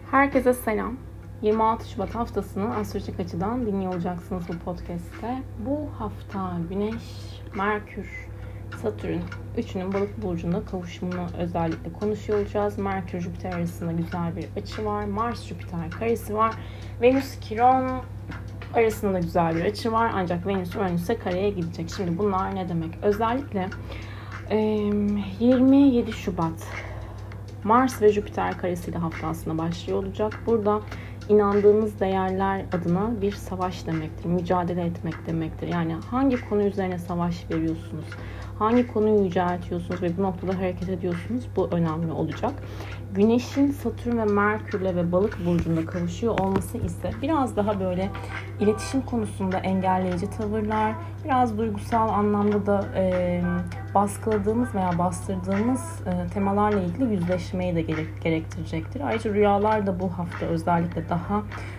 Herkese selam. 26 Şubat haftasını astrolojik açıdan dinliyor olacaksınız bu podcast'te. Bu hafta Güneş, Merkür, Satürn üçünün Balık burcunda kavuşumunu özellikle konuşuyor olacağız. Merkür Jüpiter arasında güzel bir açı var. Mars Jüpiter karesi var. Venüs Kiron arasında da güzel bir açı var. Ancak Venüs Uranüs'e kareye gidecek. Şimdi bunlar ne demek? Özellikle 27 Şubat Mars ve Jüpiter karesiyle hafta aslında başlıyor olacak. Burada inandığınız değerler adına bir savaş demektir. Mücadele etmek demektir. Yani hangi konu üzerine savaş veriyorsunuz? Hangi konuyu yüceltiyorsunuz ve bu noktada hareket ediyorsunuz? Bu önemli olacak. Güneş'in Satürn ve Merkür'le ve Balık burcunda kavuşuyor olması ise biraz daha böyle iletişim konusunda engelleyici tavırlar, biraz duygusal anlamda da baskıladığımız veya bastırdığımız temalarla ilgili yüzleşmeyi de gerektirecektir. Ayrıca rüyalar da bu hafta özellikle daha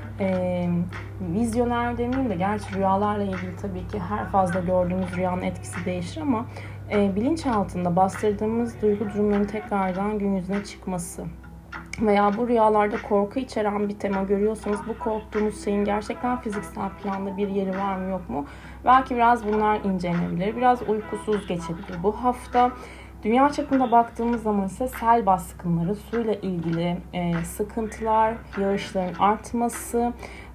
vizyoner demeyeyim de, gerçi rüyalarla ilgili tabii ki her fazla gördüğümüz rüyanın etkisi değişir ama bilinç altında bastırdığımız duygu durumlarının tekrardan gün yüzüne çıkması veya bu rüyalarda korku içeren bir tema görüyorsanız bu korktuğunuz şeyin gerçekten fiziksel planda bir yeri var mı yok mu? Belki biraz bunlar incelenebilir. Biraz uykusuz geçebilir bu hafta. Dünya çapında baktığımız zaman ise sel baskınları, suyla ilgili sıkıntılar, yağışların artması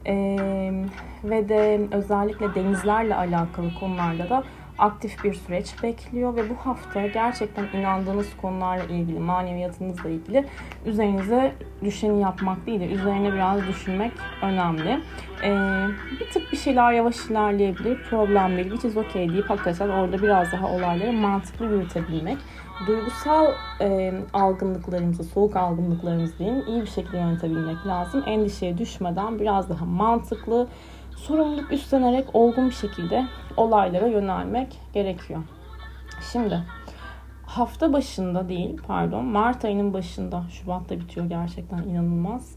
ve de özellikle denizlerle alakalı konularda da aktif bir süreç bekliyor ve bu hafta gerçekten inandığınız konularla ilgili, maneviyatınızla ilgili üzerinize düşeni yapmak değil de üzerine biraz düşünmek önemli. Bir tık bir şeyler yavaş ilerleyebilir, problem değil, which is okay deyip hakikaten orada biraz daha olayları mantıklı yürütebilmek, duygusal algınlıklarımızı, soğuk algınlıklarımızı diyeyim, iyi bir şekilde yönetebilmek lazım. Endişeye düşmeden biraz daha mantıklı, sorumluluk üstlenerek olgun bir şekilde olaylara yönelmek gerekiyor. Şimdi hafta başında değil, Mart ayının başında, Şubat'ta bitiyor, gerçekten inanılmaz.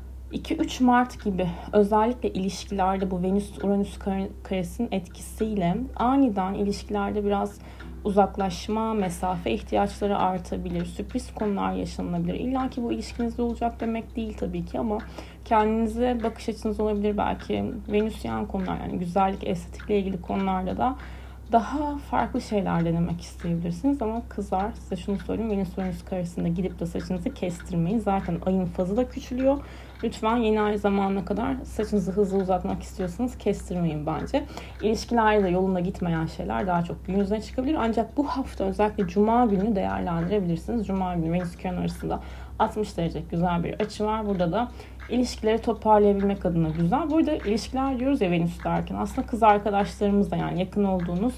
2-3 Mart gibi özellikle ilişkilerde bu Venüs-Uranüs karesinin etkisiyle aniden ilişkilerde biraz uzaklaşma, mesafe ihtiyaçları artabilir, sürpriz konular yaşanabilir. İlla ki bu ilişkinizde olacak demek değil tabii ki ama kendinize bakış açınız olabilir. Belki Venüsyen konular, yani güzellik, estetikle ilgili konularda da daha farklı şeyler denemek isteyebilirsiniz ama kızlar, size şunu söyleyeyim, Venüs-Uranüs karesinde gidip de saçınızı kestirmeyin. Zaten ayın fazı da küçülüyor. Lütfen yeni ay zamanına kadar saçınızı hızlı uzatmak istiyorsanız kestirmeyin bence. İlişkilerde de yolunda gitmeyen şeyler daha çok gün yüzüne çıkabilir. Ancak bu hafta özellikle Cuma günü değerlendirebilirsiniz. Cuma günü Venüs-Kiron arasında 60 derecelik güzel bir açı var. Burada da ilişkileri toparlayabilmek adına güzel. Burada ilişkiler diyoruz ya Venüs derken, aslında kız arkadaşlarımızla, yani yakın olduğunuz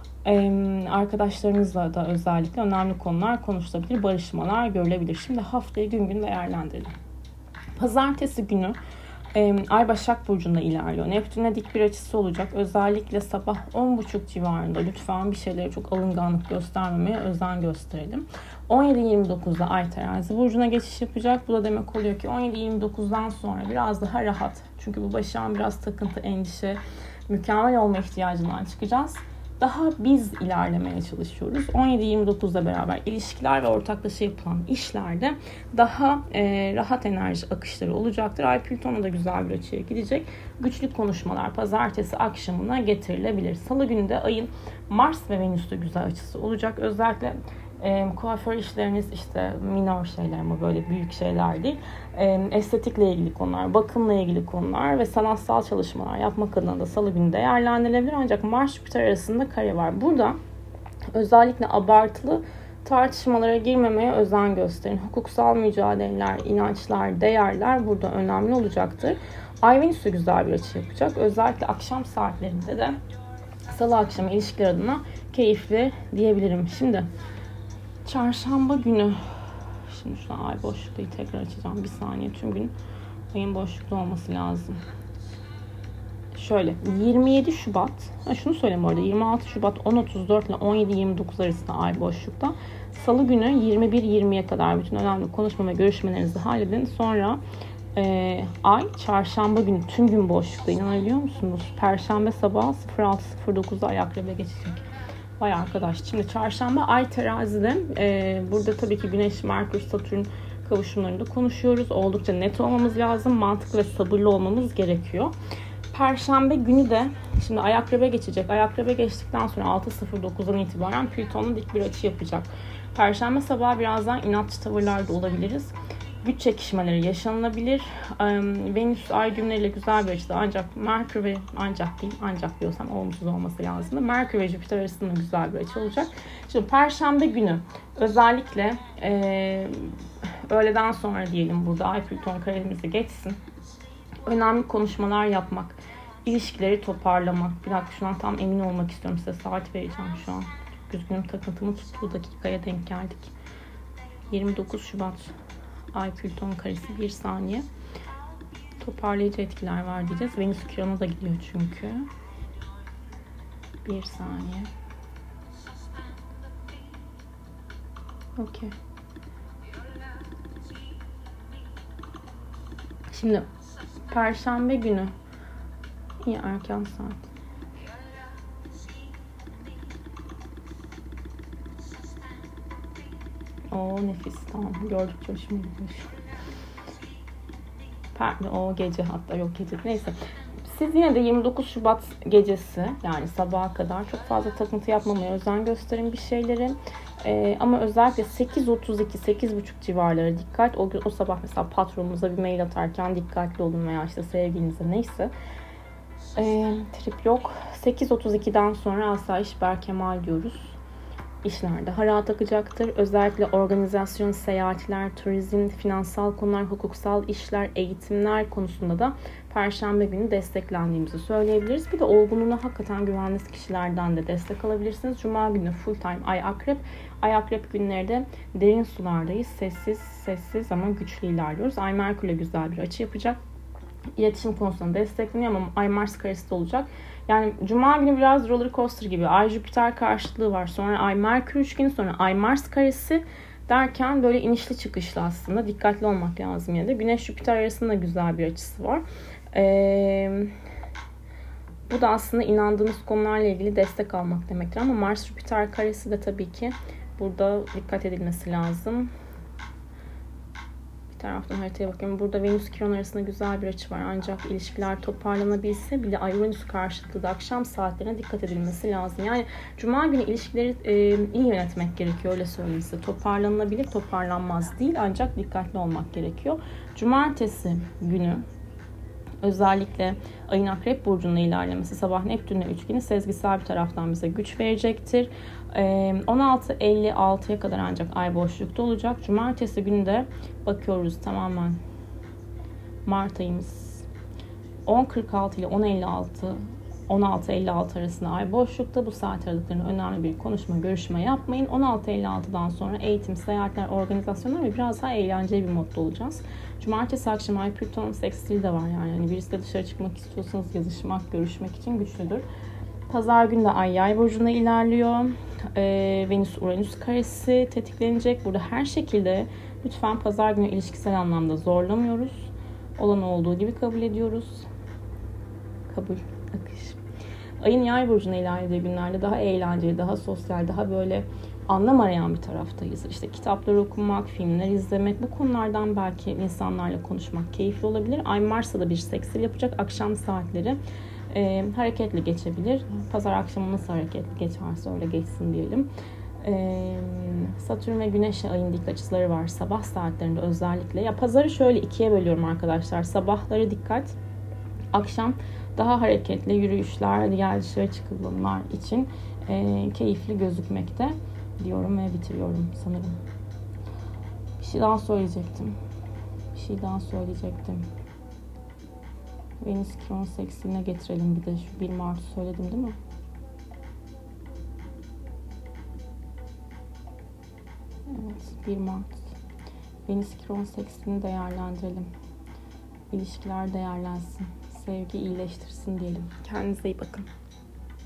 arkadaşlarınızla da özellikle önemli konular konuşulabilir, barışmalar görülebilir. Şimdi haftayı gün gün değerlendirelim. Pazartesi günü Ay Başak Burcu'nda ilerliyor. Neptün'e dik bir açısı olacak. Özellikle sabah 10.30 civarında lütfen bir şeylere çok alınganlık göstermemeye özen gösterelim. 17-29'da Ay Terazi Burcu'na geçiş yapacak. Bu da demek oluyor ki 17-29'dan sonra biraz daha rahat. Çünkü bu Başak'ın biraz takıntı, endişe, mükemmel olma ihtiyacından çıkacağız. Daha biz ilerlemeye çalışıyoruz. 17-29'da beraber ilişkiler ve ortaklaşa yapılan işlerde daha rahat enerji akışları olacaktır. Ay Plüton'a da güzel bir açıya gidecek. Güçlü konuşmalar pazartesi akşamına getirilebilir. Salı günü de ayın Mars ve Venüs'te güzel açısı olacak. Özellikle kuaför işleriniz, işte minor şeyler ama böyle büyük şeyler değil. Estetikle ilgili konular, bakımla ilgili konular ve sanatsal çalışmalar yapmak adına da salı günü değerlendirilebilir. Ancak Mars-Jüpiter arasında kare var. Burada özellikle abartılı tartışmalara girmemeye özen gösterin. Hukuksal mücadeleler, inançlar, değerler burada önemli olacaktır. Ay Venüs'e güzel bir açı yapacak. Özellikle akşam saatlerinde de salı akşamı ilişkiler adına keyifli diyebilirim. Şimdi Çarşamba günü, şimdi şu an ay boşlukta tekrar açacağım. Bir saniye, tüm gün ayın boşlukta olması lazım. Şöyle 27 Şubat, şunu söyleyeyim bu arada, 26 Şubat 10.34 ile 17-29 arasında ay boşlukta. Salı günü 21-20'ye kadar bütün önemli konuşma ve görüşmelerinizi halledin. Sonra ay çarşamba günü tüm gün boşlukta, inanabiliyor musunuz? Perşembe sabahı 06.09'da ay Akrep'e geçecek. Vay arkadaş. Şimdi çarşamba ay terazide. Burada tabii ki Güneş, Merkür, Satürn kavuşumlarında konuşuyoruz. Oldukça net olmamız lazım. Mantıklı ve sabırlı olmamız gerekiyor. Perşembe günü de şimdi Ay Akrep'e geçecek. Ay Akrep'e geçtikten sonra 6.09'dan itibaren Plüton'la dik bir açı yapacak. Perşembe sabahı birazdan inatçı tavırlarda olabiliriz. Güç çekişmeleri yaşanılabilir. Venüs ay düğümleriyle güzel bir açıda, ancak Merkür ve ancak diyorsam olumsuz olması lazım. Merkür ve Jüpiter arasında güzel bir açı olacak. Şimdi Perşembe günü özellikle öğleden sonra diyelim, burada Ay Plüton karemizi geçsin. Önemli konuşmalar yapmak, ilişkileri toparlamak. Bir dakika, şundan tam emin olmak istiyorum, size saat vereceğim şu an. Üzgünüm, takıntımı tuttuğu dakikaya denk geldik. 29 Şubat Ay Plüton karesi, 1 saniye. Toparlayıcı etkiler var diyeceğiz. Venüs Kiron'a da gidiyor çünkü. 1 saniye. Okey. Şimdi Perşembe günü iyi erken saat. O nefis, tamam, gördükçe hoşuma gidiyor. O gece, hatta yok gece, neyse. Siz yine de 29 Şubat gecesi, yani sabaha kadar çok fazla takıntı yapmamaya özen gösterin bir şeyleri. Ama özellikle 8.32-8.30 civarları dikkat. O sabah mesela patronunuza bir mail atarken dikkatli olun, veya işte sevgilinize, neyse. Trip yok. 8.32'den sonra asayiş berkemal diyoruz. İşler daha rahat akacaktır. Özellikle organizasyon, seyahatler, turizm, finansal konular, hukuksal işler, eğitimler konusunda da Perşembe günü desteklendiğimizi söyleyebiliriz. Bir de olgunluğuna hakikaten güvendiğiniz kişilerden de destek alabilirsiniz. Cuma günü full time Ay Akrep. Ay Akrep günleri de derin sulardayız. Sessiz ama güçlü ilerliyoruz. Ay Merkür'le güzel bir açı yapacak. İletişim konusunda destekleniyor ama Ay Mars karesi de olacak. Yani Cuma günü biraz roller coaster gibi. Ay Jüpiter karşıtlığı var. Sonra Ay Merkür üçgeni, sonra Ay Mars karesi derken böyle inişli çıkışlı aslında. Dikkatli olmak lazım yine de. Güneş Jüpiter arasında güzel bir açısı var. Bu da aslında inandığınız konularla ilgili destek almak demektir. Ama Mars Jüpiter karesi de tabii ki burada dikkat edilmesi lazım. Bir taraftan haritaya bakıyorum. Burada Venüs Kiron arasında güzel bir açı var. Ancak ilişkiler toparlanabilse bile Ay Venüs karşıtlığı da akşam saatlerine dikkat edilmesi lazım. Yani Cuma günü ilişkileri iyi yönetmek gerekiyor, öyle söyleyeyim size. Toparlanabilir, toparlanmaz değil, ancak dikkatli olmak gerekiyor. Cumartesi günü özellikle Ayın Akrep Burcu'nda ilerlemesi sabah Neptün'le üçgeni sezgisel bir taraftan bize güç verecektir. 16.56'ya kadar ancak Ay boşlukta olacak. Cumartesi günü de bakıyoruz, tamamen Mart ayımız 10.46 ile 16.56 arasında Ay boşlukta. Bu saat aralıklarında önemli bir konuşma, görüşme yapmayın. 16.56'dan sonra eğitim, seyahatler, organizasyonlar ve biraz daha eğlenceli bir modda olacağız. Cumartesi akşamı Ay Plüton sekstili de var yani. Hani birisiyle dışarı çıkmak istiyorsanız yazışmak, görüşmek için güçlüdür. Pazar günü de Ay Yay burcuna ilerliyor. Venüs Uranüs karesi tetiklenecek. Burada her şekilde lütfen pazar günü ilişkisel anlamda zorlamıyoruz. Olan olduğu gibi kabul ediyoruz. Kabul, akış. Ayın Yay burcuna ilerlediği günlerde daha eğlenceli, daha sosyal, daha böyle anlam arayan bir taraftayız. İşte kitapları okumak, filmler izlemek, bu konulardan belki insanlarla konuşmak keyifli olabilir. Ay Mars'ta da bir seksil yapacak. Akşam saatleri hareketli geçebilir. Pazar akşamı nasıl hareketli geçerse öyle geçsin diyelim. Satürn ve Güneş'e ayın dik açıları var sabah saatlerinde özellikle. Ya pazarı şöyle ikiye bölüyorum arkadaşlar. Sabahları dikkat, akşam daha hareketli yürüyüşler, diğer dışarı çıkılmalar için keyifli gözükmekte diyorum ve bitiriyorum sanırım. Bir şey daha söyleyecektim. Venüs Kiron seksiline getirelim bir de. Şu 1 Mart'ı söyledim değil mi? Evet, 1 Mart. Venüs Kiron seksilini değerlendirelim. İlişkiler değerlensin. Sevgi iyileştirsin diyelim. Kendinize iyi bakın.